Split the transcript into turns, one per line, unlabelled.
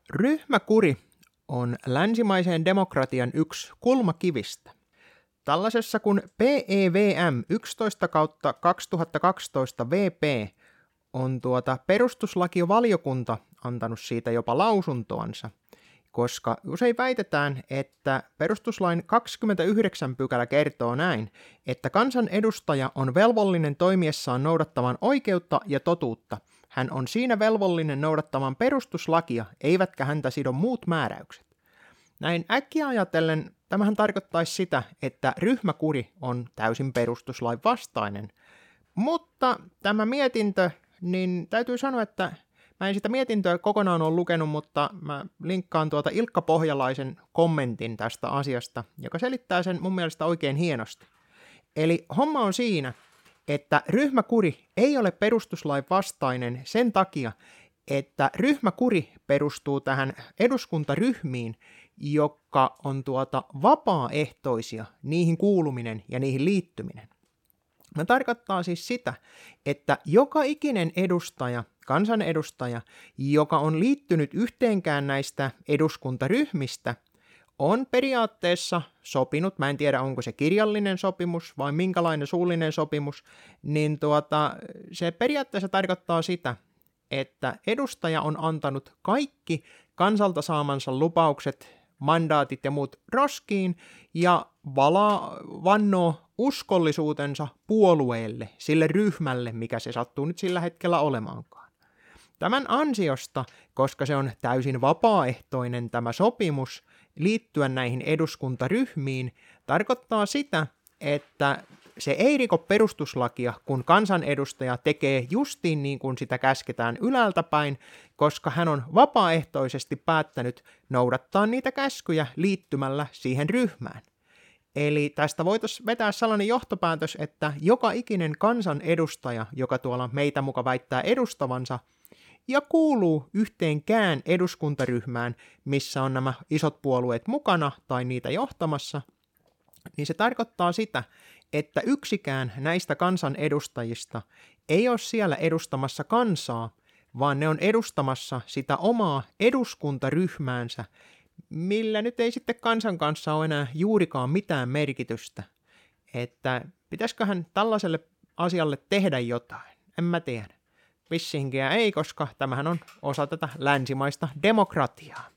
Ryhmäkuri on länsimaisen demokratian yksi kulmakivistä. Tällaisessa kun PEVM 11/2012 VP on perustuslakivaliokunta antanut siitä jopa lausuntoansa, koska usein väitetään, että perustuslain 29 pykälä kertoo näin, että kansanedustaja on velvollinen toimiessaan noudattamaan oikeutta ja totuutta. Hän on siinä velvollinen noudattamaan perustuslakia, eivätkä häntä sido muut määräykset. Näin äkkiä ajatellen tämähän tarkoittaisi sitä, että ryhmäkuri on täysin perustuslain vastainen. Mutta tämä mietintö, niin täytyy sanoa, että mä en sitä mietintöä kokonaan ole lukenut, mutta mä linkkaan Ilkka Pohjalaisen kommentin tästä asiasta, joka selittää sen mun mielestä oikein hienosti. Eli homma on siinä, että ryhmäkuri ei ole perustuslain vastainen sen takia, että ryhmäkuri perustuu tähän eduskuntaryhmiin, jotka on vapaaehtoisia, niihin kuuluminen ja niihin liittyminen. Ne tarkoittaa siis sitä, että joka ikinen edustaja, kansanedustaja, joka on liittynyt yhteenkään näistä eduskuntaryhmistä, on periaatteessa sopinut, mä en tiedä onko se kirjallinen sopimus vai minkälainen suullinen sopimus, niin se periaatteessa tarkoittaa sitä, että edustaja on antanut kaikki kansalta saamansa lupaukset, mandaatit ja muut roskiin ja vannoo uskollisuutensa puolueelle, sille ryhmälle, mikä se sattuu nyt sillä hetkellä olemaankaan. Tämän ansiosta, koska se on täysin vapaaehtoinen tämä sopimus liittyä näihin eduskuntaryhmiin, tarkoittaa sitä, että se ei riko perustuslakia, kun kansanedustaja tekee justiin niin kuin sitä käsketään ylältä päin, koska hän on vapaaehtoisesti päättänyt noudattaa niitä käskyjä liittymällä siihen ryhmään. Eli tästä voitaisiin vetää sellainen johtopäätös, että joka ikinen kansanedustaja, joka tuolla meitä muka väittää edustavansa, ja kuuluu yhteenkään eduskuntaryhmään, missä on nämä isot puolueet mukana tai niitä johtamassa, niin se tarkoittaa sitä, että yksikään näistä kansanedustajista ei ole siellä edustamassa kansaa, vaan ne on edustamassa sitä omaa eduskuntaryhmäänsä, millä nyt ei sitten kansan kanssa ole enää juurikaan mitään merkitystä. Että pitäisiköhän tällaiselle asialle tehdä jotain? En mä tiedä. Vissiinkin ei, koska tämähän on osa tätä länsimaista demokratiaa.